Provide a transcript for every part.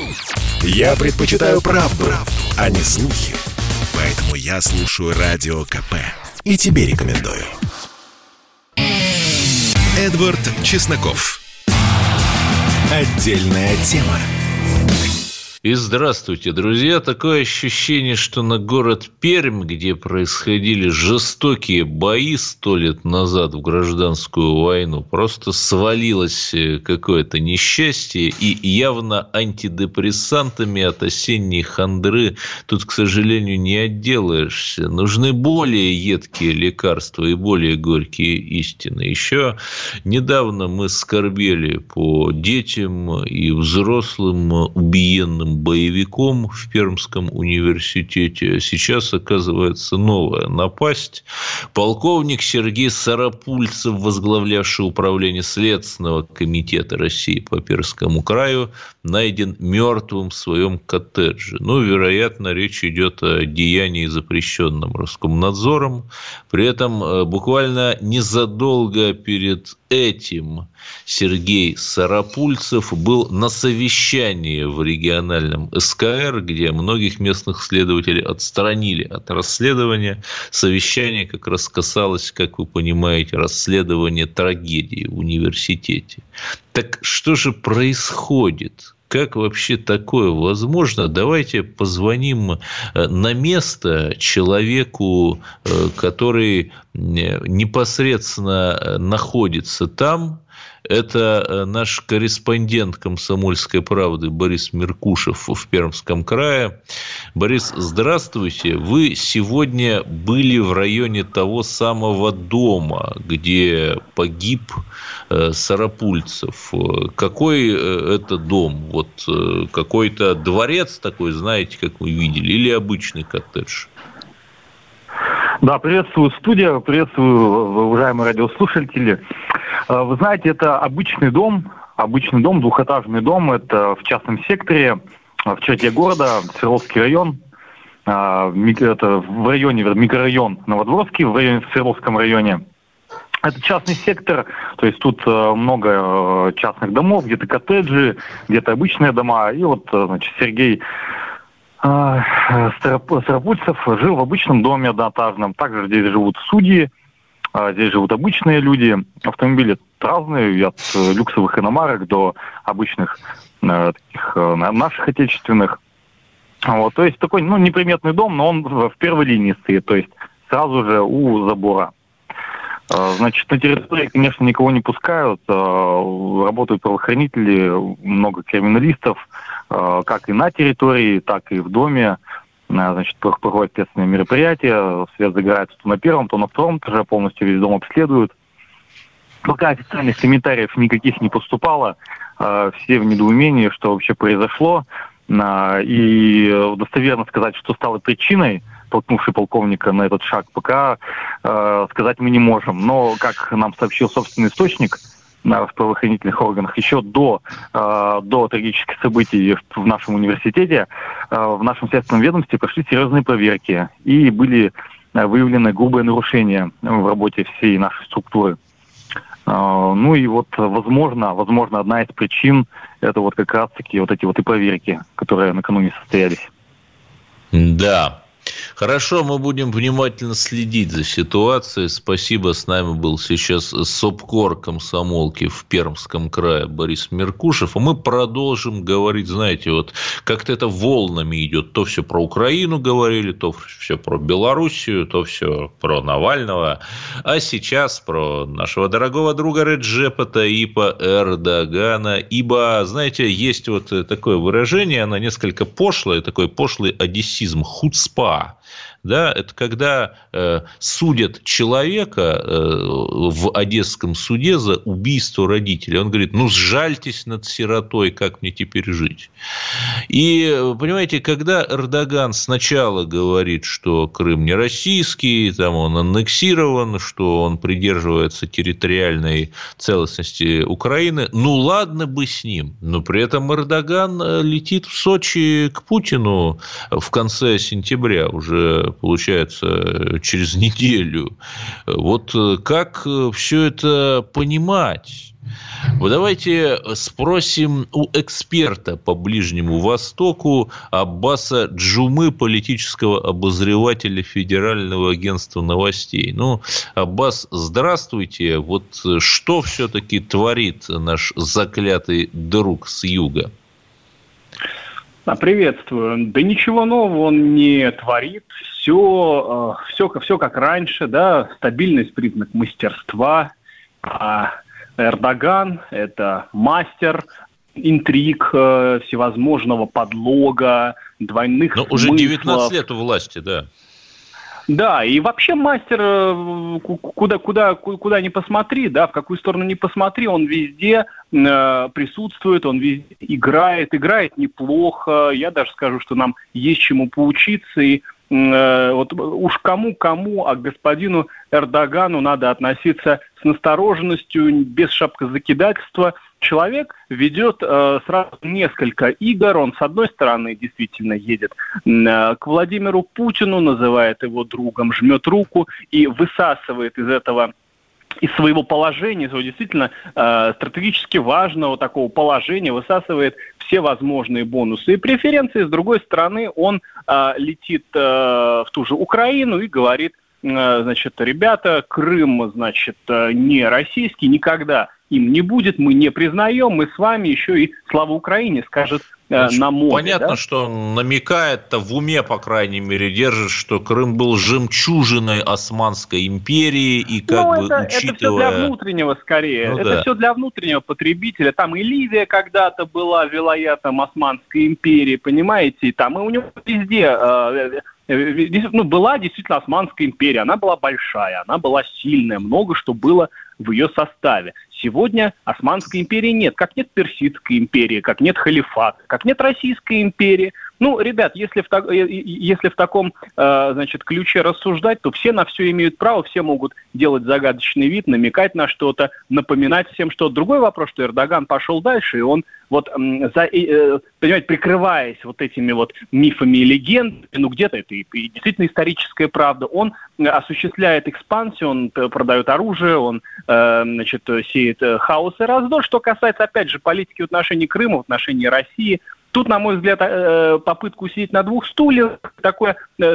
Я предпочитаю правду, а не слухи. Поэтому я слушаю Радио КП. И тебе рекомендую. Эдвард Чесноков. Отдельная тема. И здравствуйте, друзья. Такое ощущение, что на город Пермь, где происходили жестокие бои 100 лет назад в гражданскую войну, просто свалилось какое-то несчастье. И явно антидепрессантами от осенней хандры тут, к сожалению, не отделаешься. Нужны более едкие лекарства и более горькие истины. Еще недавно мы скорбели по детям и взрослым убиенным боевиком в Пермском университете. Сейчас оказывается новая напасть. Полковник Сергей Сарапульцев, возглавлявший управление Следственного комитета России по Пермскому краю, найден мертвым в своем коттедже. Вероятно, речь идет о деянии, запрещенном Роскомнадзором. При этом буквально незадолго перед этим Сергей Сарапульцев был на совещании в региональном СКР, где многих местных следователей отстранили от расследования. Совещание как раз касалось, как вы понимаете, расследования трагедии в университете. Так что же происходит? Как вообще такое возможно? Давайте позвоним на место человеку, который непосредственно находится там. Это наш корреспондент «Комсомольской правды» Борис Меркушев в Пермском крае. Борис, здравствуйте. Вы сегодня были в районе того самого дома, где погиб Сарапульцев. Какой это дом? Какой-то дворец такой, знаете, как вы видели, или обычный коттедж? Да, приветствую студию, приветствую, уважаемые радиослушатели. Вы знаете, это обычный дом, двухэтажный дом, это в частном секторе, в черте города, Свердловский район, это в районе, микрорайон Новодворский, в Свердловском районе. Это частный сектор, то есть тут много частных домов, где-то коттеджи, где-то обычные дома, и Сергей Сарапульцев жил в обычном доме одноэтажном. Также здесь живут судьи, здесь живут обычные люди. Автомобили разные, от люксовых иномарок до обычных таких наших отечественных. То есть такой неприметный дом, но он в первой линии стоит, то есть сразу же у забора. На территории, конечно, никого не пускают, работают правоохранители, много криминалистов, как и на территории, так и в доме. Проходят следственные мероприятия, свет загорается то на первом, то на втором этаже, полностью весь дом обследуют. Пока официальных комментариев никаких не поступало, все в недоумении, что вообще произошло, и достоверно сказать, что стало причиной, толкнувший полковника на этот шаг, пока сказать мы не можем. Но, как нам сообщил собственный источник в правоохранительных органах, еще до трагических событий в нашем университете, в нашем следственном ведомстве прошли серьезные проверки и были выявлены грубые нарушения в работе всей нашей структуры. Возможно, одна из причин это как раз-таки эти и проверки, которые накануне состоялись. Да. Хорошо, мы будем внимательно следить за ситуацией. Спасибо, с нами был сейчас сопкор комсомолки в Пермском крае Борис Меркушев. А мы продолжим говорить, знаете, как-то это волнами идет. То все про Украину говорили, то все про Белоруссию, то все про Навального. А сейчас про нашего дорогого друга Реджепа Таyyипа Эрдогана. Ибо, знаете, есть такое выражение, оно несколько пошлое, такой пошлый одессизм, хуцпа. Да, это когда судят человека в одесском суде за убийство родителей. Он говорит, сжальтесь над сиротой, как мне теперь жить? И, понимаете, когда Эрдоган сначала говорит, что Крым не российский, там он аннексирован, что он придерживается территориальной целостности Украины, ладно бы с ним. Но при этом Эрдоган летит в Сочи к Путину в конце сентября, уже получается, через неделю. Как все это понимать? Вот давайте спросим у эксперта по Ближнему Востоку Аббаса Джумы, политического обозревателя Федерального агентства новостей. Ну, Аббас, здравствуйте. Вот что все-таки творит наш заклятый друг с юга? Приветствую. Да ничего нового он не творит. Все как раньше, да, стабильность признак мастерства. Эрдоган – это мастер интриг, всевозможного подлога, двойных смыслов. Уже 19 лет у власти, да. Да, и вообще мастер, куда ни посмотри, да, в какую сторону ни посмотри, он везде присутствует, он везде играет неплохо. Я даже скажу, что нам есть чему поучиться, и вот уж кому, а к господину Эрдогану надо относиться с настороженностью, без шапкозакидательства. Человек ведет сразу несколько игр. Он, с одной стороны, действительно едет к Владимиру Путину, называет его другом, жмет руку и высасывает из своего положения, своего действительно стратегически важного такого положения, высасывает все возможные бонусы и преференции. С другой стороны, он летит в ту же Украину и говорит, значит, ребята, Крым, значит, не российский, никогда им не будет, мы не признаем, мы с вами, еще и слава Украине скажет на море. Понятно, да? что он намекает-то в уме, по крайней мере, держит, что Крым был жемчужиной Османской империи, и учитывая... Это все для внутреннего скорее, все для внутреннего потребителя. Там и Ливия когда-то была вилаятом Османской империи, понимаете, и там и у него везде... была действительно Османская империя, она была большая, она была сильная, много что было в ее составе. Сегодня Османской империи нет, как нет Персидской империи, как нет халифата, как нет Российской империи. Ну, ребят, если в таком, значит, ключе рассуждать, то все на все имеют право, все могут делать загадочный вид, намекать на что-то, напоминать всем что-то. Другой вопрос, что Эрдоган пошел дальше, и он понимаете, прикрываясь вот этими вот мифами и легендами, ну, где-то это и действительно историческая правда, он осуществляет экспансию, он продает оружие, он, значит, сеет хаос и раздор. Что касается, опять же, политики в отношении Крыма, в отношении России, тут, на мой взгляд, попытка усидеть на двух стульях, такое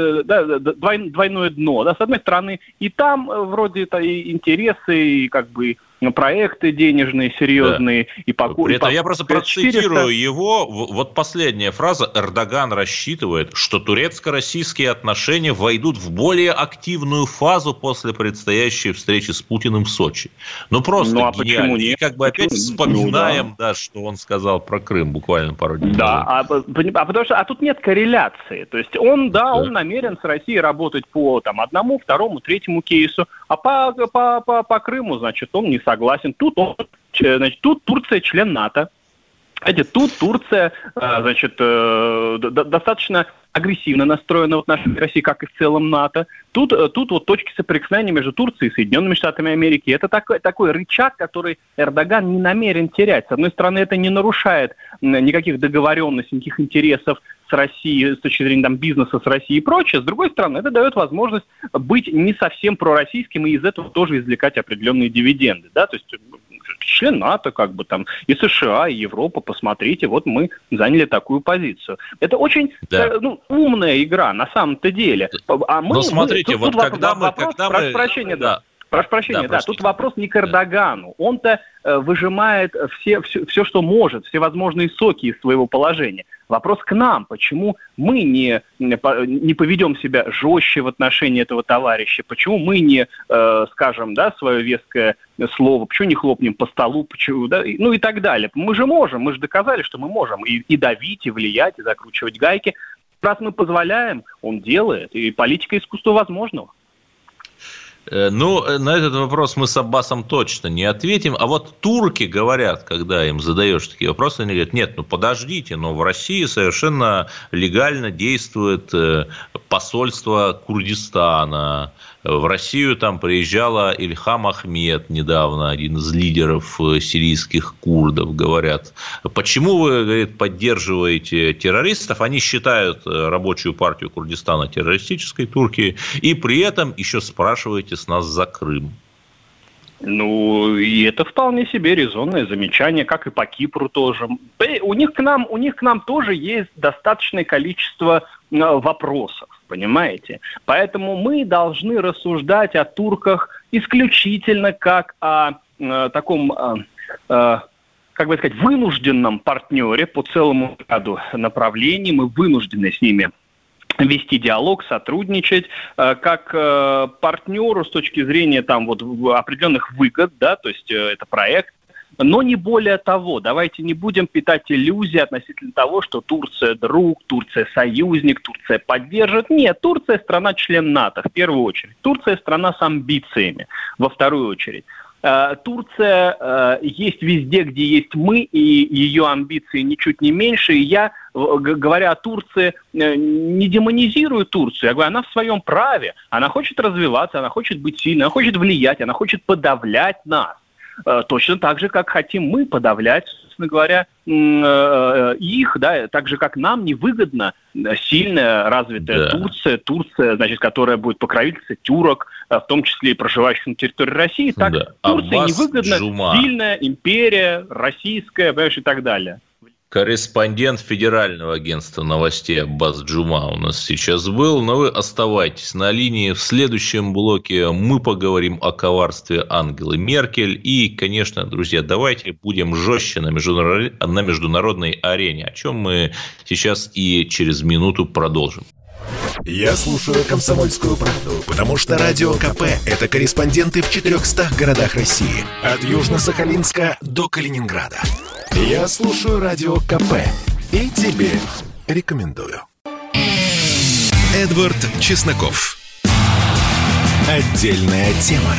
двойное дно. Да? С одной стороны, и там вроде это и интересы, и как бы проекты денежные, серьезные. Да. И При этом я просто процитирую его. Вот последняя фраза. Эрдоган рассчитывает, что турецко-российские отношения войдут в более активную фазу после предстоящей встречи с Путиным в Сочи. Ну, просто гениально. И как бы опять вспоминаем, да, что он сказал про Крым буквально пару дней назад. Потому что тут нет корреляции. То есть он намерен с Россией работать по одному, второму, третьему кейсу, а по Крыму, значит, он не согласен. Тут Турция член НАТО. Тут Турция, значит, достаточно агрессивно настроена в отношении России, как и в целом НАТО. Тут вот точки соприкосновения между Турцией и Соединенными Штатами Америки. Это такой рычаг, который Эрдоган не намерен терять. С одной стороны, это не нарушает никаких договоренностей, никаких интересов с Россией, с точки зрения бизнеса с Россией и прочее. С другой стороны, это дает возможность быть не совсем пророссийским и из этого тоже извлекать определенные дивиденды. Да? То есть член НАТО, как бы там, и США, и Европа, посмотрите, вот мы заняли такую позицию. Это очень умная игра на самом-то деле. Смотрите, прошу прощения, тут вопрос не к Эрдогану. Он-то выжимает все, что может, все возможные соки из своего положения. Вопрос к нам. Почему мы не поведем себя жестче в отношении этого товарища? Почему мы не скажем, свое веское слово? Почему не хлопнем по столу? Почему, и так далее. Мы же можем, мы же доказали, что мы можем и давить, и влиять, и закручивать гайки. Раз мы позволяем, он делает. И политика искусства возможного. На этот вопрос мы с Аббасом точно не ответим. А вот турки говорят, когда им задаешь такие вопросы, они говорят, нет, подождите, но в России совершенно легально действует посольство Курдистана. В Россию там приезжала Ильхам Ахмед недавно, один из лидеров сирийских курдов, говорят. Почему вы, говорит, поддерживаете террористов? Они считают рабочую партию Курдистана террористической, Турки, и при этом еще спрашиваете с нас за Крым. Ну, и это вполне себе резонное замечание, как и по Кипру тоже. У них к нам тоже есть достаточное количество вопросов, понимаете? Поэтому мы должны рассуждать о турках исключительно как о таком, как бы сказать, вынужденном партнере по целому ряду направлений. Мы вынуждены с ними вести диалог, сотрудничать, как партнеру с точки зрения там вот определенных выгод, да, то есть это проект, но не более того. Давайте не будем питать иллюзии относительно того, что Турция друг, Турция союзник, Турция поддержит. Нет, Турция страна-член НАТО в первую очередь. Турция страна с амбициями во вторую очередь. Турция есть везде, где есть мы, и ее амбиции ничуть не меньше. И я, говоря о Турции, не демонизирую Турцию. Я говорю, она в своем праве. Она хочет развиваться, она хочет быть сильной, она хочет влиять, она хочет подавлять нас. Точно так же, как хотим мы подавлять, собственно говоря, их, да, так же, как нам невыгодно сильная, развитая Турция, значит, которая будет покровительствовать тюрок, в том числе и проживающих на территории России, так Турции невыгодно сильная империя, российская, понимаешь, и так далее. Корреспондент Федерального агентства новостей Аббас Джума у нас сейчас был, но вы оставайтесь на линии. В следующем блоке мы поговорим о коварстве Ангелы Меркель. И, конечно, друзья, давайте будем жестче на международной арене, о чем мы сейчас и через минуту продолжим. Я слушаю «Комсомольскую правду», потому что Радио КП – это корреспонденты в 400 городах России. От Южно-Сахалинска до Калининграда. Я слушаю Радио КП и тебе рекомендую. Эдвард Чесноков. Отдельная тема.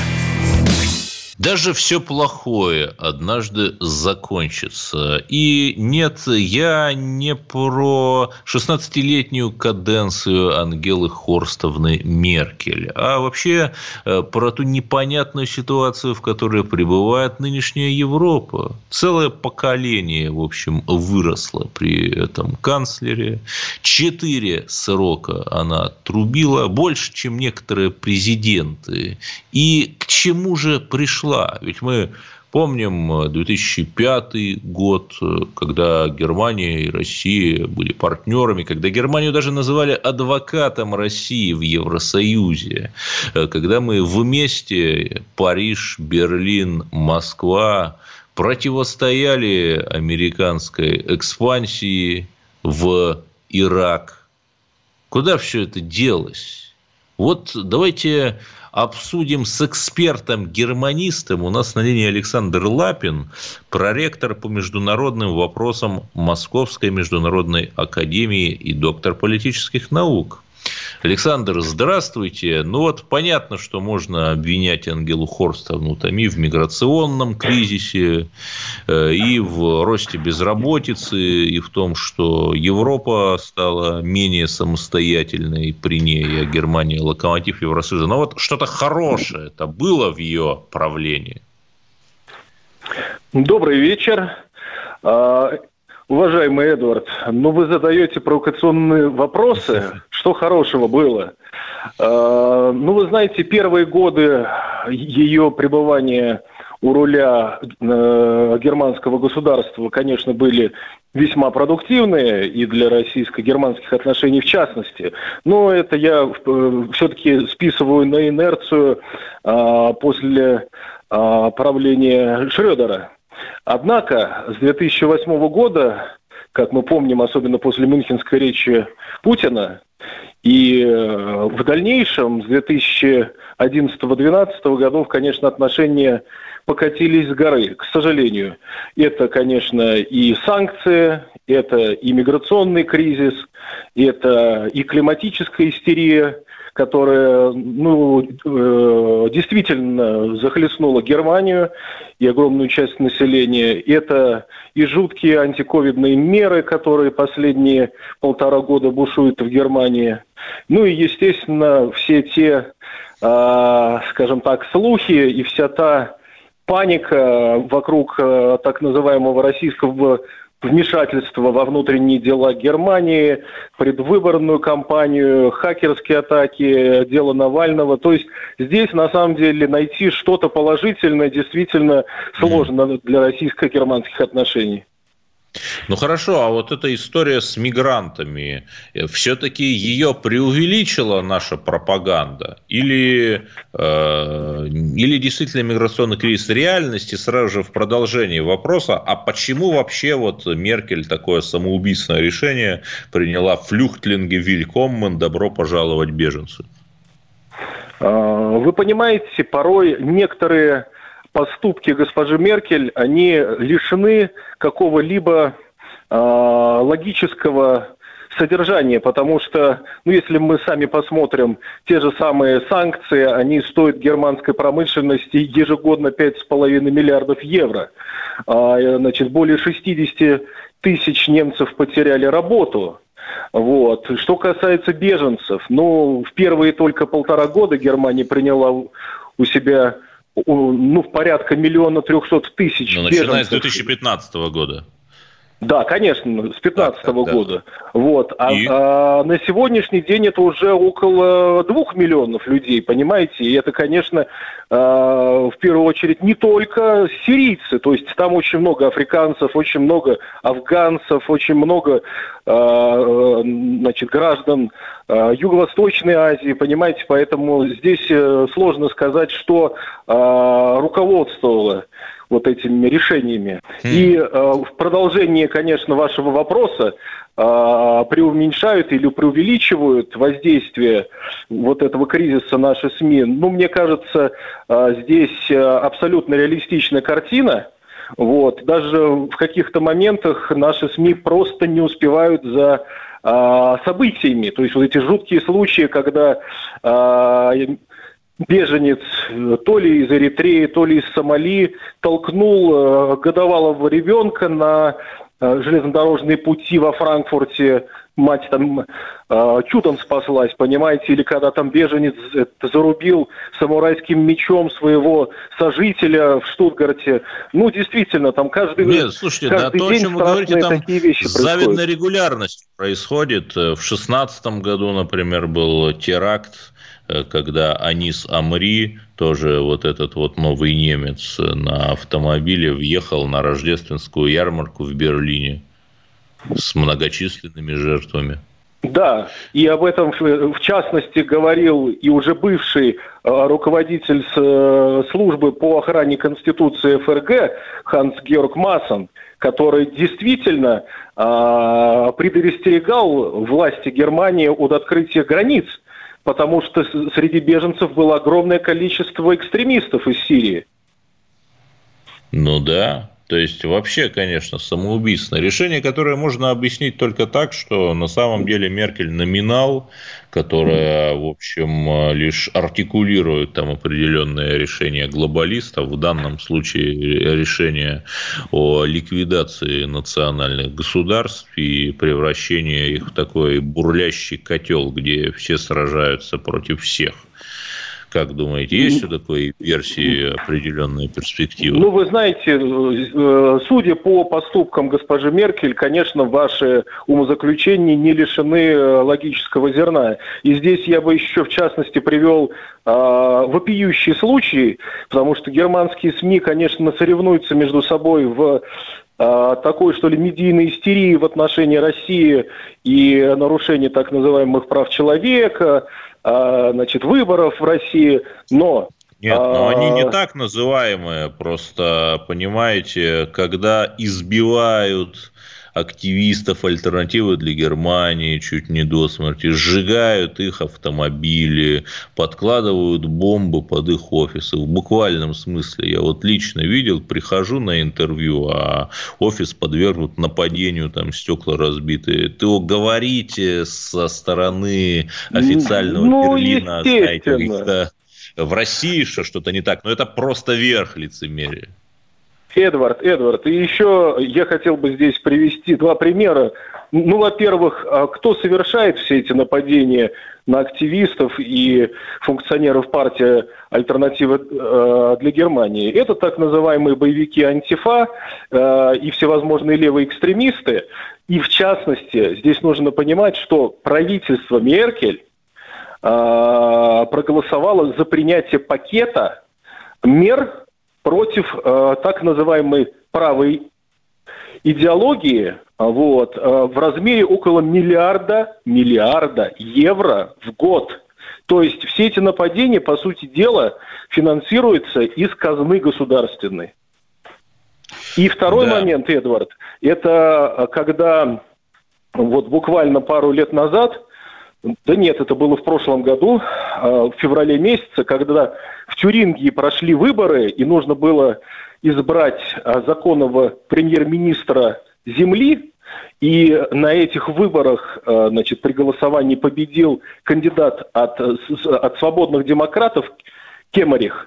Даже все плохое однажды закончится. И нет, я не про 16-летнюю каденцию Ангелы Хорстовны Меркель, а вообще про ту непонятную ситуацию, в которой пребывает нынешняя Европа. Целое поколение, в общем, выросло при этом канцлере. 4 срока она трубила, больше, чем некоторые президенты. И к чему же пришла? Ведь мы помним 2005 год, когда Германия и Россия были партнерами, когда Германию даже называли адвокатом России в Евросоюзе, когда мы вместе, Париж, Берлин, Москва, противостояли американской экспансии в Ирак. Куда все это делось? Вот давайте обсудим с экспертом-германистом. У нас на линии Александр Лапин, проректор по международным вопросам Московской международной академии и доктор политических наук. Александр, здравствуйте. Ну вот понятно, что можно обвинять Ангелу Хорстовну там и в миграционном кризисе, и в росте безработицы, и в том, что Европа стала менее самостоятельной при ней, а Германия локомотив Евросоюза. Но вот что-то хорошее это было в ее правлении. Добрый вечер. Уважаемый Эдвард, вы задаете провокационные вопросы. Что хорошего было? Вы знаете, первые годы ее пребывания у руля германского государства, конечно, были весьма продуктивные и для российско-германских отношений в частности. Но это я все-таки списываю на инерцию после правления Шрёдера. Однако с 2008 года, как мы помним, особенно после мюнхенской речи Путина, и в дальнейшем с 2011-2012 годов, конечно, отношения покатились с горы, к сожалению. Это, конечно, и санкции, это и миграционный кризис, это и климатическая истерия, которая действительно захлестнула Германию и огромную часть населения. Это и жуткие антиковидные меры, которые последние 1,5 года бушуют в Германии. Ну и, естественно, все те, скажем так, слухи и вся та паника вокруг так называемого российского вмешательство во внутренние дела Германии, предвыборную кампанию, хакерские атаки, дело Навального. То есть здесь, на самом деле, найти что-то положительное действительно сложно для российско-германских отношений. Ну хорошо, а вот эта история с мигрантами, все-таки ее преувеличила наша пропаганда? Или действительно миграционный кризис реальности? Сразу же в продолжении вопроса, а почему вообще вот Меркель такое самоубийственное решение приняла? Флюхтлинге вилькоммен, добро пожаловать беженцы. Вы понимаете, порой некоторые поступки госпожи Меркель, они лишены какого-либо логического содержания, потому что, если мы сами посмотрим, те же самые санкции, они стоят германской промышленности ежегодно 5,5 миллиардов евро. Более 60 тысяч немцев потеряли работу. Вот. Что касается беженцев, в первые только 1,5 года Германия приняла у себя порядка 1 300 000 беженцев. Начиная с 2015 года. Да, конечно, с 2015 года. Вот. А на сегодняшний день это уже около 2 миллионов людей, понимаете? И это, конечно, в первую очередь не только сирийцы, то есть там очень много африканцев, очень много афганцев, очень много граждан Юго-Восточной Азии, понимаете? Поэтому здесь сложно сказать, что руководствовало вот этими решениями. И в продолжении, конечно, вашего вопроса преуменьшают или преувеличивают воздействие вот этого кризиса наши СМИ. Мне кажется, здесь абсолютно реалистичная картина. Вот. Даже в каких-то моментах наши СМИ просто не успевают за событиями. То есть вот эти жуткие случаи, когда беженец то ли из Эритреи, то ли из Сомали толкнул годовалого ребенка на железнодорожные пути во Франкфурте. Мать там чудом спаслась, понимаете, или когда там беженец зарубил самурайским мечом своего сожителя в Штутгарте. Действительно, там каждый день то, о чем вы говорите, там с завидной регулярностью происходит. В 2016 году, например, был теракт, когда Анис Амри, тоже вот этот вот новый немец, на автомобиле въехал на рождественскую ярмарку в Берлине с многочисленными жертвами. Да, и об этом в частности говорил и уже бывший руководитель службы по охране Конституции ФРГ Ханс-Георг Массон, который действительно предостерегал власти Германии от открытия границ, потому что среди беженцев было огромное количество экстремистов из Сирии. Да. То есть, вообще, конечно, самоубийственное решение, которое можно объяснить только так, что на самом деле Меркель номинал, которая, в общем, лишь артикулирует там определенные решения глобалистов, в данном случае решение о ликвидации национальных государств и превращении их в такой бурлящий котел, где все сражаются против всех. Как думаете, есть у такой версии определенные перспективы? Вы знаете, судя по поступкам госпожи Меркель, конечно, ваши умозаключения не лишены логического зерна. И здесь я бы еще, в частности, привел вопиющий случай, потому что германские СМИ, конечно, соревнуются между собой в такой, что ли, медийной истерии в отношении России и нарушения так называемых прав человека, выборов в России, но... Нет, но они не так называемые, просто, понимаете, когда избивают активистов альтернативы для Германии чуть не до смерти, сжигают их автомобили, подкладывают бомбы под их офисы. В буквальном смысле. Я вот лично видел, прихожу на интервью, а офис подвергнут нападению, там стекла разбиты. То говорите со стороны официального Берлина, знаете, в России что-то не так, но это просто верх лицемерия. Эдвард, и еще я хотел бы здесь привести два примера. Ну, во-первых, кто совершает все эти нападения на активистов и функционеров партии «Альтернатива для Германии»? Это так называемые боевики Антифа и всевозможные левые экстремисты. И в частности, здесь нужно понимать, что правительство Меркель проголосовало за принятие пакета мер против так называемой правой идеологии в размере около миллиарда евро в год. То есть все эти нападения, по сути дела, финансируются из казны государственной. И второй момент, Эдвард, это когда вот буквально пару лет назад, это было в прошлом году, в феврале месяце, когда в Тюрингии прошли выборы, и нужно было избрать законного премьер-министра земли, и на этих выборах, при голосовании победил кандидат от свободных демократов Кемерих.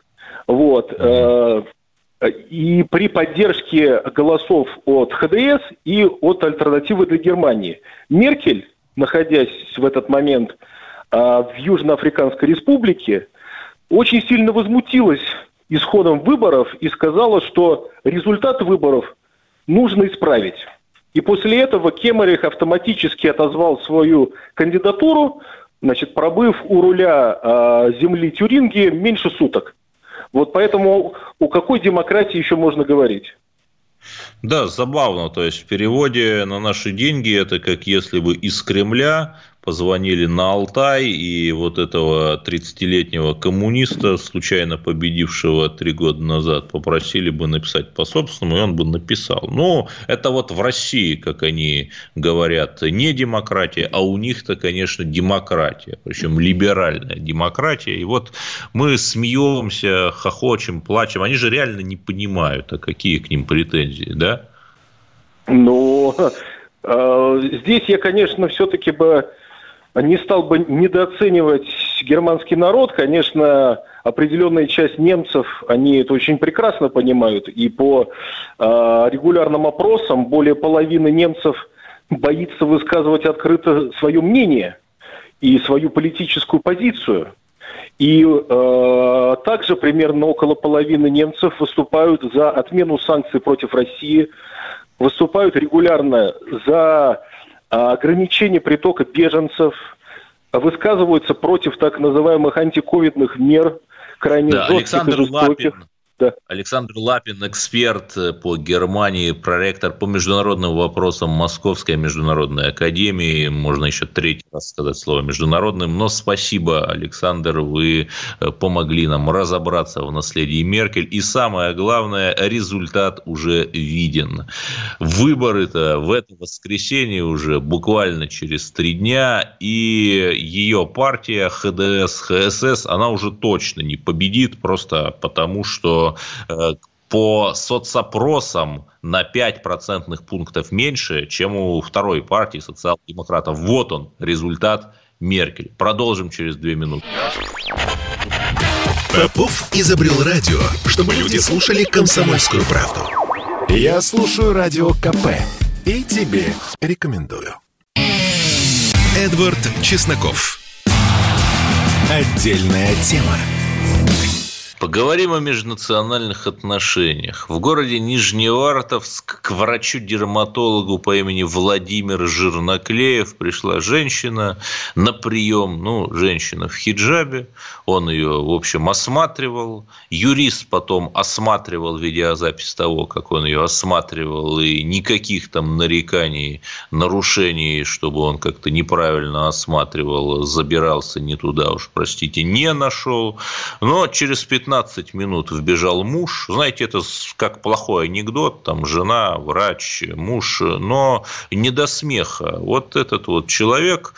И при поддержке голосов от ХДС и от «Альтернативы для Германии» Меркель, находясь в этот момент в Южноафриканской республике, очень сильно возмутилась исходом выборов и сказала, что результат выборов нужно исправить. И после этого Кемерих автоматически отозвал свою кандидатуру, пробыв у руля земли Тюрингии меньше суток. Вот поэтому о какой демократии еще можно говорить? Да, забавно. То есть в переводе на наши деньги это как если бы из Кремля позвонили на Алтай, и вот этого 30-летнего коммуниста, случайно победившего 3 года назад, попросили бы написать по собственному, и он бы написал. Ну, это вот в России, как они говорят, не демократия, а у них-то, конечно, демократия, причем либеральная демократия. И вот мы смеемся, хохочем, плачем. Они же реально не понимают, а какие к ним претензии, да? Ну, здесь я, конечно, все-таки бы не стал бы недооценивать германский народ. Конечно, определенная часть немцев, они это очень прекрасно понимают. И по регулярным опросам более половины немцев боится высказывать открыто свое мнение и свою политическую позицию. И также примерно около половины немцев выступают за отмену санкций против России, выступают регулярно за ограничение притока беженцев, высказываются против так называемых антиковидных мер, крайне жестких и жестоких. Александр Лапин, эксперт по Германии, проректор по международным вопросам Московской международной академии. Можно еще 3-й раз сказать слово «международным». Но спасибо, Александр, вы помогли нам разобраться в наследии Меркель. И самое главное, результат уже виден. Выборы-то в это воскресенье уже буквально через 3 дня. И ее партия ХДС, ХСС, она уже точно не победит, просто потому что по соцопросам на 5 процентных пунктов меньше, чем у второй партии социал-демократов. Вот он, результат Меркель. Продолжим через 2 минуты. Попов изобрел радио, чтобы люди слушали «Комсомольскую правду». Я слушаю радио КП и тебе рекомендую. Эдвард Чесноков. Отдельная тема. Поговорим о межнациональных отношениях. В городе Нижневартовск к врачу-дерматологу по имени Владимир Жирноклеев пришла женщина на прием. Женщина в хиджабе. Он ее, в общем, осматривал. Юрист потом осматривал видеозапись того, как он ее осматривал. И никаких там нареканий, нарушений, чтобы он как-то неправильно осматривал, забирался не туда уж, простите, не нашел. Но через 15 минут вбежал муж. Знаете, это как плохой анекдот. Там жена, врач, муж. Но не до смеха. Вот этот вот человек.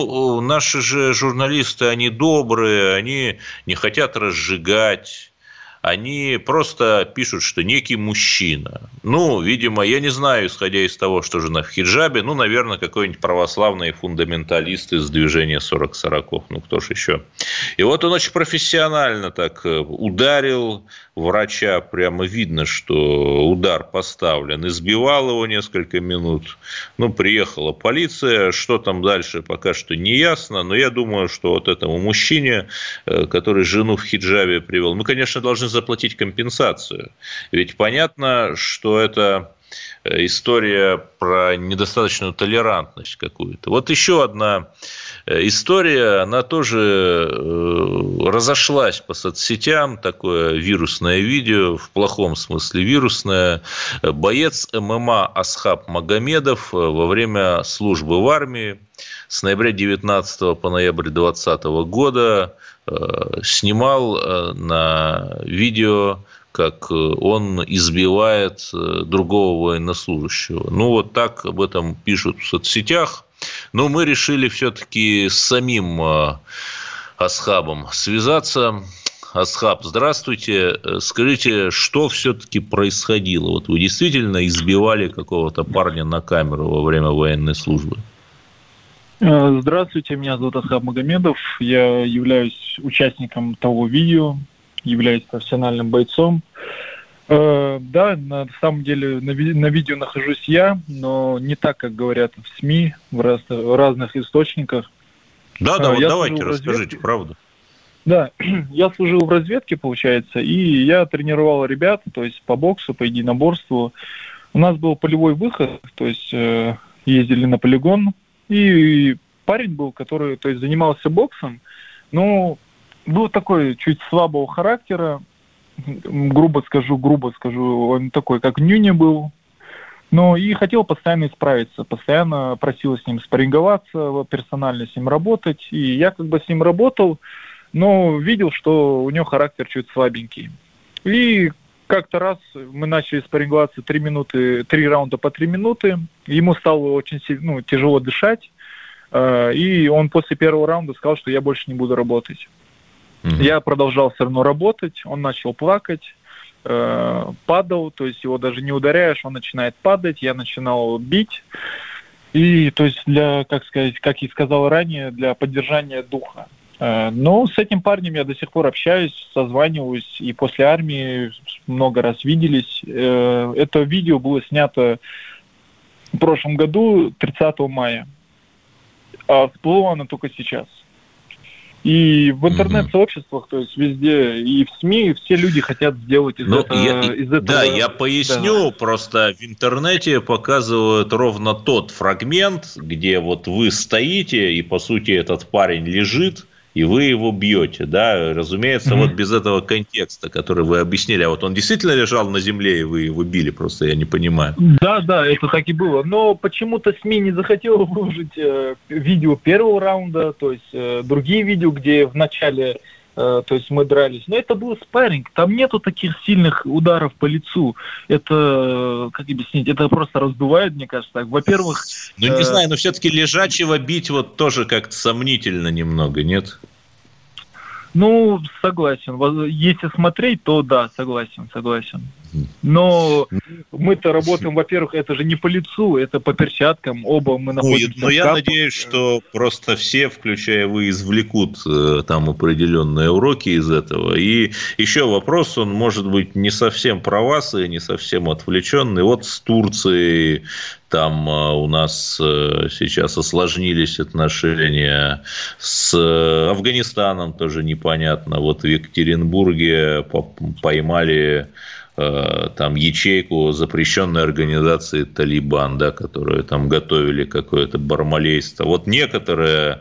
Наши же журналисты, они добрые. Они не хотят разжигать. они просто пишут, что некий мужчина. Ну, видимо, я не знаю, исходя из того, что жена в хиджабе, ну, наверное, какой-нибудь православный фундаменталист из движения 40-40, ну, кто ж еще. И вот он очень профессионально так ударил врача, прямо видно, что удар поставлен, избивал его несколько минут, ну, приехала полиция, что там дальше пока что не ясно, но я думаю, что вот этому мужчине, который жену в хиджабе привел, мы, конечно, должны заплатить компенсацию, ведь понятно, что это история про недостаточную толерантность какую-то. Вот еще одна история, она тоже разошлась по соцсетям, такое вирусное видео, в плохом смысле вирусное. Боец ММА Асхаб Магомедов во время службы в армии с ноября 19 по ноябрь 2020 года снимал на видео, как он избивает другого военнослужащего. Ну, вот так об этом пишут в соцсетях. Но мы решили все-таки с самим Асхабом связаться. Асхаб, здравствуйте. Скажите, что все-таки происходило? Вот вы действительно избивали какого-то парня на камеру во время военной службы? Здравствуйте, меня зовут Асхаб Магомедов. Я являюсь участником того видео, являюсь профессиональным бойцом. Да, на самом деле на видео нахожусь я, но не так, как говорят в СМИ, в разных источниках. Да, вот давайте расскажите правду. Да, я служил в разведке, получается, и я тренировал ребят, то есть по боксу, по единоборству. У нас был полевой выход, то есть ездили на полигон, и парень был, который, то есть, занимался боксом, но был такой чуть слабого характера, грубо скажу, он такой, как нюня был, но и хотел постоянно исправиться, постоянно просил с ним спарринговаться, персонально с ним работать, и я как бы с ним работал, но видел, что у него характер чуть слабенький. И как-то раз мы начали спарринговаться 3 раунда по 3 минуты, ему стало очень тяжело дышать, и он после первого раунда сказал, что я больше не буду работать. Я продолжал все равно работать, он начал плакать, падал, то есть его даже не ударяешь, он начинает падать, я начинал бить. И, то есть, как и сказал ранее, для поддержания духа. Но с этим парнем я до сих пор общаюсь, созваниваюсь, и после армии много раз виделись. Это видео было снято в прошлом году, 30 мая, а всплыло оно только сейчас. И в интернет-сообществах, то есть везде, и в СМИ, все люди хотят сделать из этого... Да, я поясню, просто в интернете показывают ровно тот фрагмент, где вот вы стоите, и, по сути, этот парень лежит, и вы его бьете, да, разумеется, вот без этого контекста, который вы объяснили. А вот он действительно лежал на земле, и вы его били, просто я не понимаю. Да, это так и было. Но почему-то СМИ не захотело выложить видео первого раунда, то есть другие видео, где в начале, то есть мы дрались. Но это был спарринг, там нету таких сильных ударов по лицу. Это, как объяснить, это просто раздувает, мне кажется, так. Во-первых... Ну, не знаю, но все-таки лежачего бить вот тоже как-то сомнительно немного, нет? Ну, согласен. Если смотреть, то да, согласен. Но мы-то работаем, во-первых, это же не по лицу, это по перчаткам, оба мы находимся. Но я надеюсь, что просто все, включая вы, извлекут там определенные уроки из этого. И еще вопрос, он может быть не совсем про вас и не совсем отвлеченный. Вот с Турцией там у нас сейчас осложнились отношения, с Афганистаном тоже непонятно. Вот в Екатеринбурге поймали там ячейку запрещенной организации «Талибан», да, которые там готовили какое-то бармалейство. Вот некоторые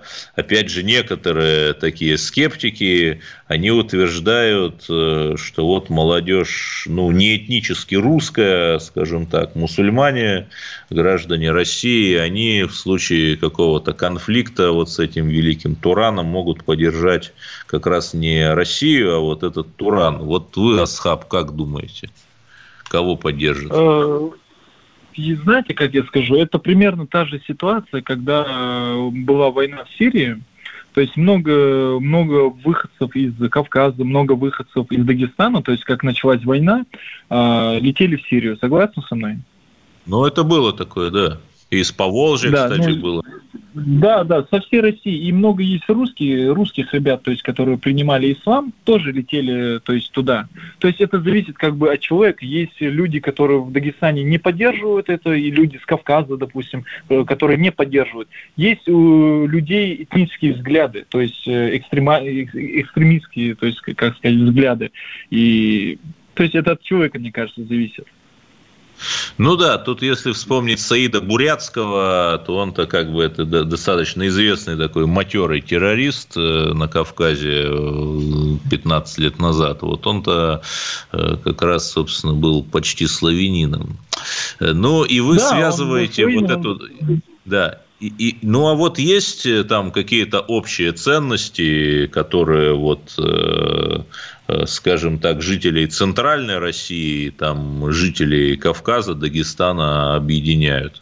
такие скептики, они утверждают, что вот молодежь, не этнически русская, скажем так, мусульмане, граждане России, они в случае какого-то конфликта вот с этим великим Тураном могут поддержать как раз не Россию, а вот этот Туран. Вот вы, Асхаб, как думаете? Кого поддержит? И знаете, как я скажу, это примерно та же ситуация, когда была война в Сирии. То есть много выходцев из Кавказа, много выходцев из Дагестана, то есть как началась война, летели в Сирию. Согласны со мной? Ну, это было такое, да. И из Поволжья, да, кстати, было. Да, со всей России. И много есть русских ребят, то есть, которые принимали ислам, тоже летели, то есть, туда. То есть это зависит как бы от человека. Есть люди, которые в Дагестане не поддерживают это, и люди с Кавказа, допустим, которые не поддерживают. Есть у людей этнические взгляды, то есть экстремистские, то есть, как сказать, взгляды. И то есть это от человека, мне кажется, зависит. Ну да, тут если вспомнить Саида Бурятского, то он-то как бы это достаточно известный такой матерый террорист на Кавказе 15 лет назад. Вот он-то как раз, собственно, был почти славянином. Ну и вы связываете вот эту... Да. Ну, а вот есть там какие-то общие ценности, которые вот, скажем так, жителей Центральной России, там, жителей Кавказа, Дагестана объединяют?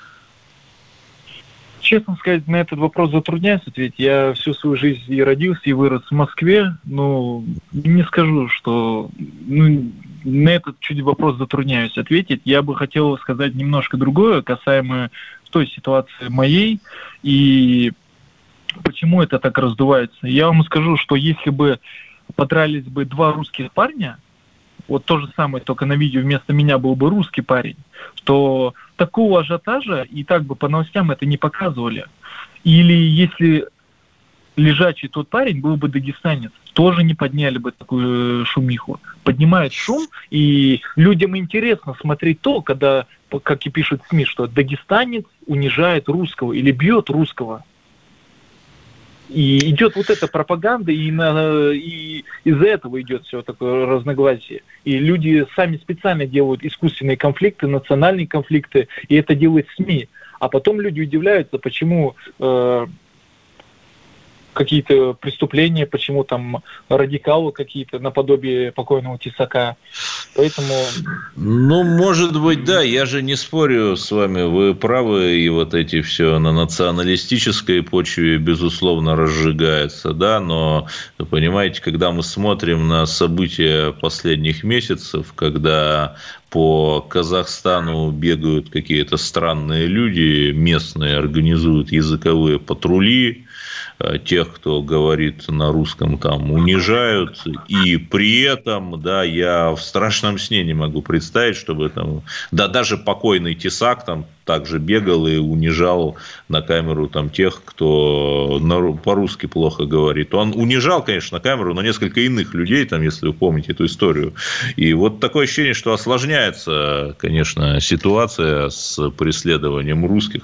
Честно сказать, на этот вопрос затрудняюсь ответить. Я всю свою жизнь и родился, и вырос в Москве, но не скажу, что... на этот чуть вопрос затрудняюсь ответить. Я бы хотел сказать немножко другое, касаемо той ситуации моей, и почему это так раздувается. Я вам скажу, что если бы подрались бы два русских парня, вот то же самое, только на видео вместо меня был бы русский парень, то такого ажиотажа и так бы по новостям это не показывали. Или если лежачий тот парень был бы дагестанец, тоже не подняли бы такую шумиху. Поднимает шум, и людям интересно смотреть то, когда, как и пишут СМИ, что дагестанец унижает русского или бьет русского. И идет вот эта пропаганда, и из-за этого идет все такое разногласие. И люди сами специально делают искусственные конфликты, национальные конфликты, и это делает СМИ. А потом люди удивляются, почему какие-то преступления, почему там радикалы какие-то наподобие покойного Тесака. Поэтому... Ну, может быть, да, я же не спорю с вами, вы правы, и вот эти все на националистической почве, безусловно, разжигается, да, но, вы понимаете, когда мы смотрим на события последних месяцев, когда по Казахстану бегают какие-то странные люди, местные организуют языковые патрули, тех, кто говорит на русском, там унижают, и при этом, да, я в страшном сне не могу представить, чтобы там, да, даже покойный Тесак там также бегал и унижал на камеру там тех, кто по-русски плохо говорит. Он унижал, конечно, на камеру, но несколько иных людей, там, если вы помните эту историю. И вот такое ощущение, что осложняется, конечно, ситуация с преследованием русских.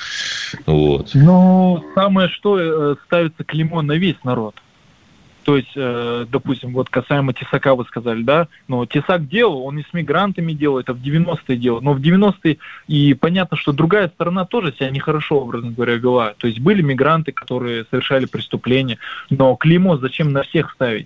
Вот. Ну, самое что, ставится клеймо на весь народ. То есть, допустим, вот касаемо Тесака вы сказали, да, но Тесак делал, он и с мигрантами делал, это в 90-е делал, но в 90-е, и понятно, что другая сторона тоже себя нехорошо, образно говоря, вела. То есть были мигранты, которые совершали преступления, но клеймо зачем на всех ставить?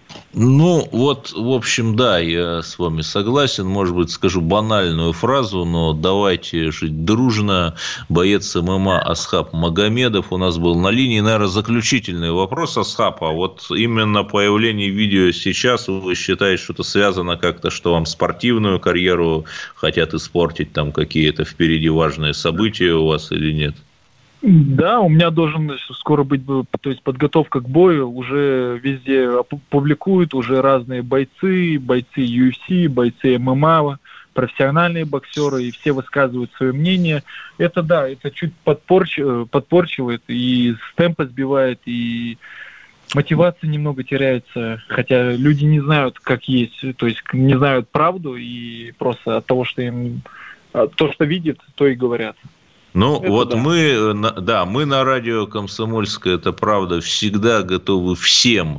Ну, вот, в общем, да, я с вами согласен. Может быть, скажу банальную фразу, но давайте жить дружно. Боец ММА Асхаб Магомедов у нас был на линии. Наверное, заключительный вопрос, Асхаб. А вот именно появление видео сейчас, вы считаете, что это связано как-то, что вам спортивную карьеру хотят испортить, там какие-то впереди важные события у вас или нет? Да, у меня должен скоро быть, то есть подготовка к бою, уже везде публикуют, уже разные бойцы UFC, бойцы ММА, профессиональные боксеры, и все высказывают свое мнение. Это да, это чуть подпорчивает, и с темпа сбивает, и мотивация немного теряется, хотя люди не знают, как есть, то есть не знают правду, и просто от того, что им то, что видят, то и говорят. Ну, это вот да. мы на радио «Комсомольская, это правда» всегда готовы всем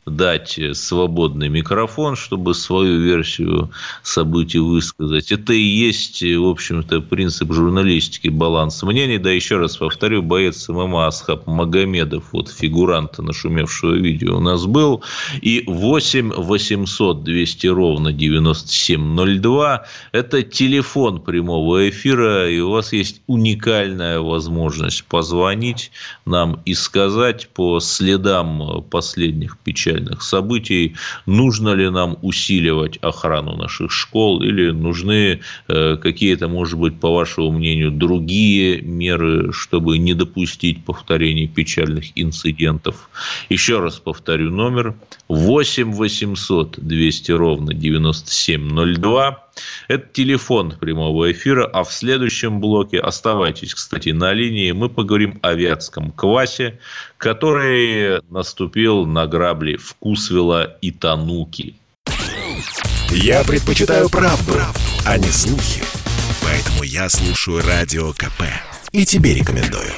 дать свободный микрофон, чтобы свою версию событий высказать. Это и есть, в общем-то, принцип журналистики, баланс мнений. Да, еще раз повторю, боец ММА Асхаб Магомедов, вот фигурант нашумевшего видео у нас был. И 8 800 200 ровно 9702 – это телефон прямого эфира, и у вас есть уникальная возможность позвонить нам и сказать по следам последних печальных событий, нужно ли нам усиливать охрану наших школ или нужны какие-то, может быть, по вашему мнению, другие меры, чтобы не допустить повторения печальных инцидентов. Еще раз повторю номер 8 800 200 ровно 9702. Это телефон прямого эфира, а в следующем блоке, оставайтесь, кстати, на линии, мы поговорим о Вятском квасе, который наступил на грабли Вкусвилла и Тануки. Я предпочитаю правду, а не слухи. Поэтому я слушаю Радио КП. И тебе рекомендую.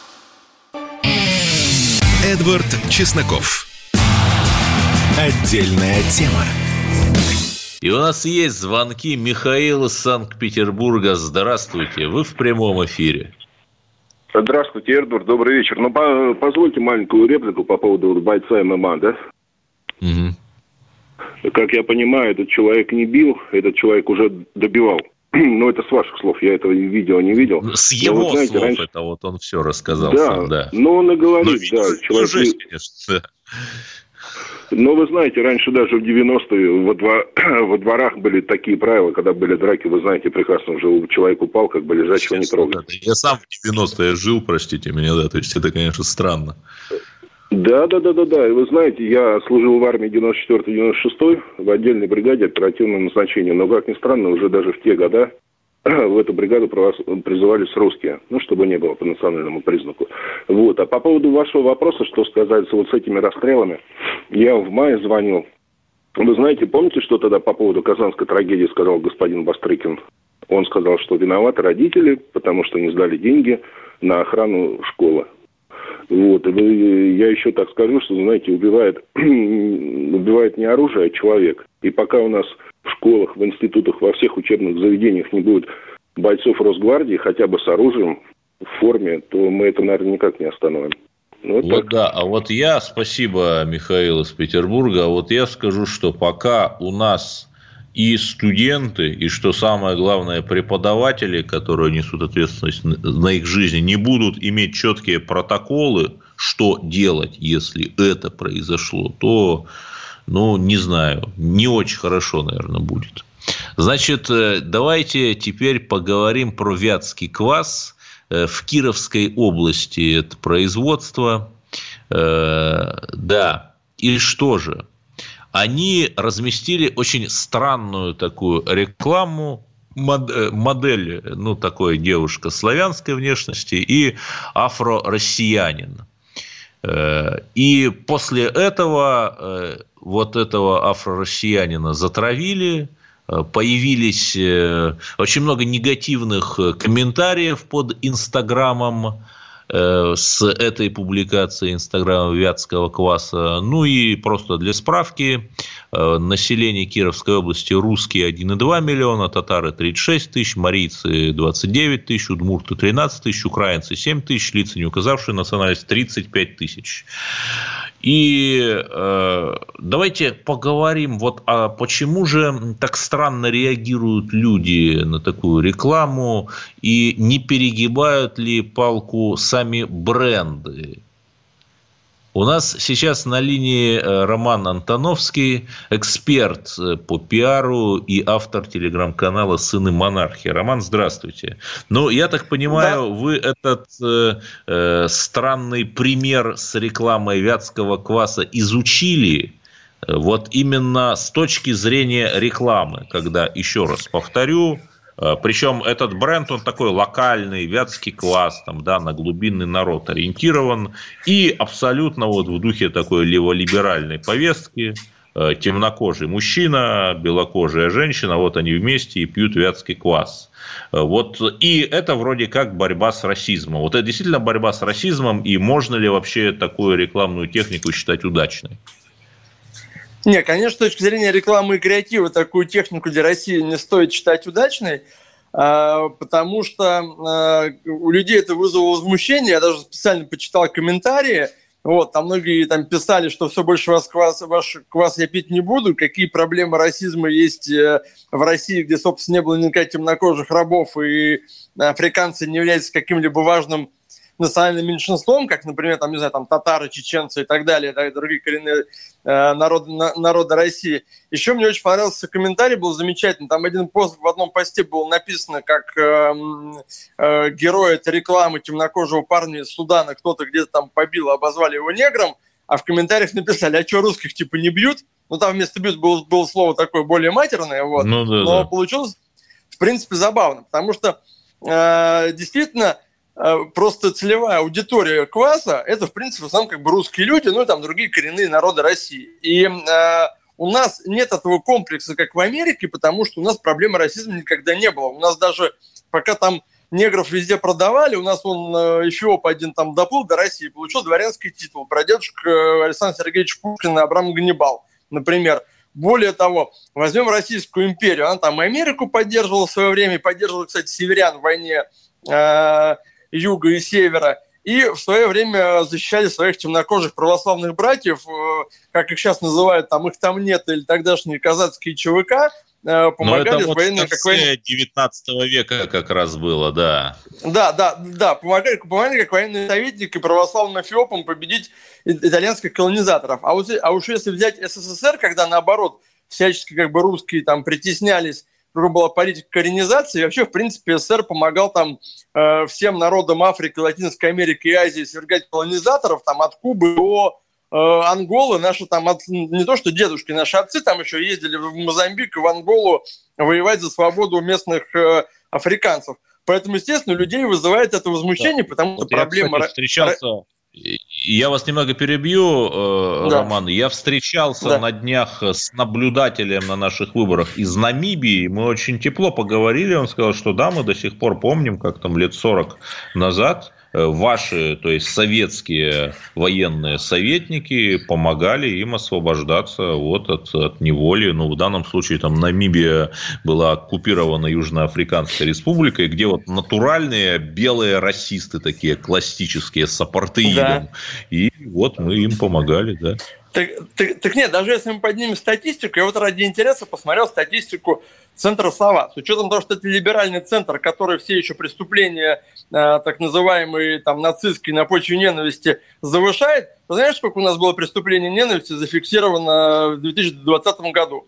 Эдвард Чесноков. Отдельная тема. И у нас есть звонки. Михаил из Санкт-Петербурга. Здравствуйте. Вы в прямом эфире. Здравствуйте, Эдвард. Добрый вечер. Ну, позвольте маленькую реплику по поводу бойца ММА, да? Угу. Как я понимаю, этот человек не бил, этот человек уже добивал. Ну, это с ваших слов. Я этого видео не видел. С его вот, знаете, слов раньше... это вот он все рассказал. Да, сам, да. Но он и говорит, да. Человек... Жесть, конечно. Но вы знаете, раньше даже в 90-е во дворах были такие правила, когда были драки, вы знаете прекрасно, уже человек упал, как бы лежачего не трогать. Да, я сам в 90-е жил, простите меня, да, то есть это, конечно, странно. Да. И вы знаете, я служил в армии 94-96 в отдельной бригаде оперативного назначения, но, как ни странно, уже даже в те года в эту бригаду призывались русские, ну, чтобы не было по национальному признаку. Вот. А по поводу вашего вопроса, что сказать вот с этими расстрелами, я в мае звонил. Вы знаете, помните, что тогда по поводу казанской трагедии сказал господин Бастрыкин? Он сказал, что виноваты родители, потому что не сдали деньги на охрану школы. Вот. И я еще так скажу, что, знаете, убивает не оружие, а человек. И пока у нас в школах, в институтах, во всех учебных заведениях не будет бойцов Росгвардии хотя бы с оружием в форме, то мы это, наверное, никак не остановим. Ну, вот так. Да, а вот я, спасибо, Михаил из Петербурга, а вот я скажу, что пока у нас и студенты, и, что самое главное, преподаватели, которые несут ответственность на их жизни, не будут иметь четкие протоколы, что делать, если это произошло, то, ну, не знаю, не очень хорошо, наверное, будет. Значит, давайте теперь поговорим про Вятский квас. В Кировской области это производство. Да, и что же? Они разместили очень странную такую рекламу, модель, ну, такой девушка славянской внешности и афро-россиянин. И после этого вот этого афро-россиянина затравили, появились очень много негативных комментариев под Инстаграмом с этой публикацией Инстаграма Вятского кваса. Ну и просто для справки, население Кировской области: русские 1,2 миллиона, татары 36 тысяч, марийцы 29 тысяч, удмурты 13 тысяч, украинцы 7 тысяч, лица, не указавшие национальность, 35 тысяч. И давайте поговорим, вот, а почему же так странно реагируют люди на такую рекламу, и не перегибают ли палку сами бренды? У нас сейчас на линии Роман Антоновский, эксперт по пиару и автор телеграм-канала «Сыны монархии». Роман, здравствуйте. Ну, я так понимаю, да, вы этот странный пример с рекламой Вятского кваса изучили вот именно с точки зрения рекламы, когда, еще раз повторю, причем этот бренд, он такой локальный, Вятский квас, там, да, на глубинный народ ориентирован, и абсолютно вот в духе такой леволиберальной повестки: темнокожий мужчина, белокожая женщина, вот они вместе и пьют Вятский квас. Вот, и это вроде как борьба с расизмом. Вот это действительно борьба с расизмом, и можно ли вообще такую рекламную технику считать удачной? Не, конечно, с точки зрения рекламы и креатива такую технику для России не стоит считать удачной, потому что у людей это вызвало возмущение. Я даже специально почитал комментарии. Вот, там многие там писали, что все больше ваш квас я пить не буду, какие проблемы расизма есть в России, где, собственно, не было никаких темнокожих рабов, и африканцы не являются каким-либо важным национальным меньшинством, как, например, там, не знаю, там, татары, чеченцы и так далее, да, и другие коренные народы России. Еще мне очень понравился комментарий, был замечательный. Там один пост, в одном посте было написано, как герой этой рекламы темнокожего парня из Судана кто-то где-то там побил, обозвали его негром, а в комментариях написали, а что, русских типа не бьют? Ну, там вместо бьют было слово такое более матерное, вот. Ну, да, но да. Получилось, в принципе, забавно, потому что действительно просто целевая аудитория кваса – это, в принципе, в основном как бы русские люди, ну и там другие коренные народы России. И у нас нет этого комплекса, как в Америке, потому что у нас проблемы расизма никогда не было. У нас даже, пока там негров везде продавали, у нас Эфиоп один там доплыл до России, получил дворянский титул, прадедушка Александр Сергеевич Пушкин и Абрам Ганнибал, например. Более того, возьмем Российскую империю, она там Америку поддерживала в свое время, поддерживала, кстати, северян в войне юга и севера, и в свое время защищали своих темнокожих православных братьев, как их сейчас называют, там их там нет, или тогдашние казацкие ЧВК, помогали в военной... в конце 19 века как раз было, да. Да, помогали как военные советники православным эфиопам победить итальянских колонизаторов. А уж если взять СССР, когда наоборот всячески как бы русские там притеснялись, была политика коренизации, и вообще, в принципе, СССР помогал там всем народам Африки, Латинской Америки и Азии свергать колонизаторов, там от Кубы до Анголы. Наши там, не то что дедушки, наши отцы там еще ездили в Мозамбик и в Анголу воевать за свободу местных африканцев. Поэтому, естественно, у людей вызывает это возмущение, да. Потому что вот проблема... Я вас немного перебью, да. Роман. Я встречался на днях с наблюдателем на наших выборах из Намибии. Мы очень тепло поговорили. Он сказал, что да, мы до сих пор помним, как там лет 40 назад ваши, то есть советские военные советники помогали им освобождаться вот от неволи. Ну, в данном случае там Намибия была оккупирована Южноафриканской республикой, где вот натуральные белые расисты такие классические с апартеидом. Да. И вот мы им помогали, да. Так нет, даже если мы поднимем статистику, я вот ради интереса посмотрел статистику Центра СОВА. С учетом того, что это либеральный центр, который все еще преступления, так называемые там, нацистские на почве ненависти завышает, ты знаешь, сколько у нас было преступлений ненависти зафиксировано в 2020 году?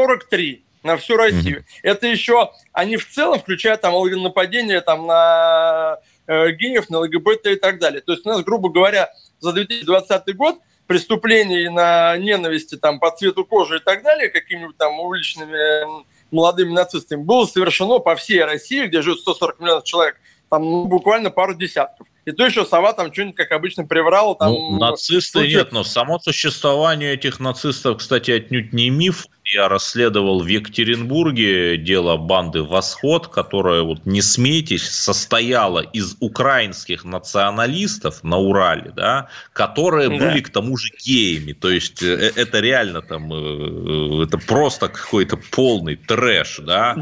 43 на всю Россию. Это еще, они в целом включают там нападения там, на геев, на ЛГБТ и так далее. То есть у нас, грубо говоря, за 2020 год преступлений на ненависти там, по цвету кожи и так далее, какими-нибудь там уличными молодыми нацистами, было совершено по всей России, где живет 140 миллионов человек, там буквально пару десятков. И то еще сова там что-нибудь, как обычно, приврала. Там, нацисты нет, но само существование этих нацистов, кстати, отнюдь не миф. Я расследовал в Екатеринбурге дело банды «Восход», которая, вот не смейтесь, состояла из украинских националистов на Урале, да, которые были к тому же геями. То есть это реально там, это просто какой-то полный трэш, да.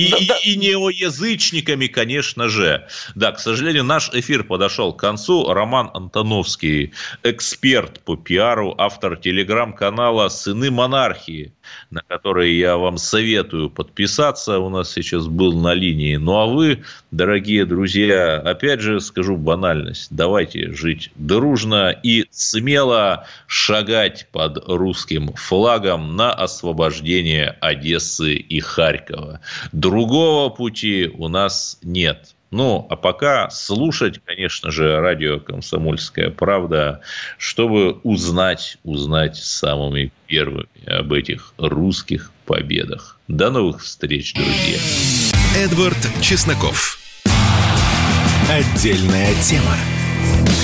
И неоязычниками, конечно же. Да, к сожалению, наш эфир подошел к концу. Роман Антоновский, эксперт по пиару, автор телеграм-канала «Сыны монархии», на который я вам советую подписаться. У нас сейчас был на линии. Ну, а вы, дорогие друзья, опять же скажу банальность. Давайте жить дружно и смело шагать под русским флагом на освобождение Одессы и Харькова. Другого пути у нас нет. Ну, а пока слушать, конечно же, радио «Комсомольская правда», чтобы узнать самыми первыми об этих русских победах. До новых встреч, друзья. Эдвард Чесноков. Отдельная тема.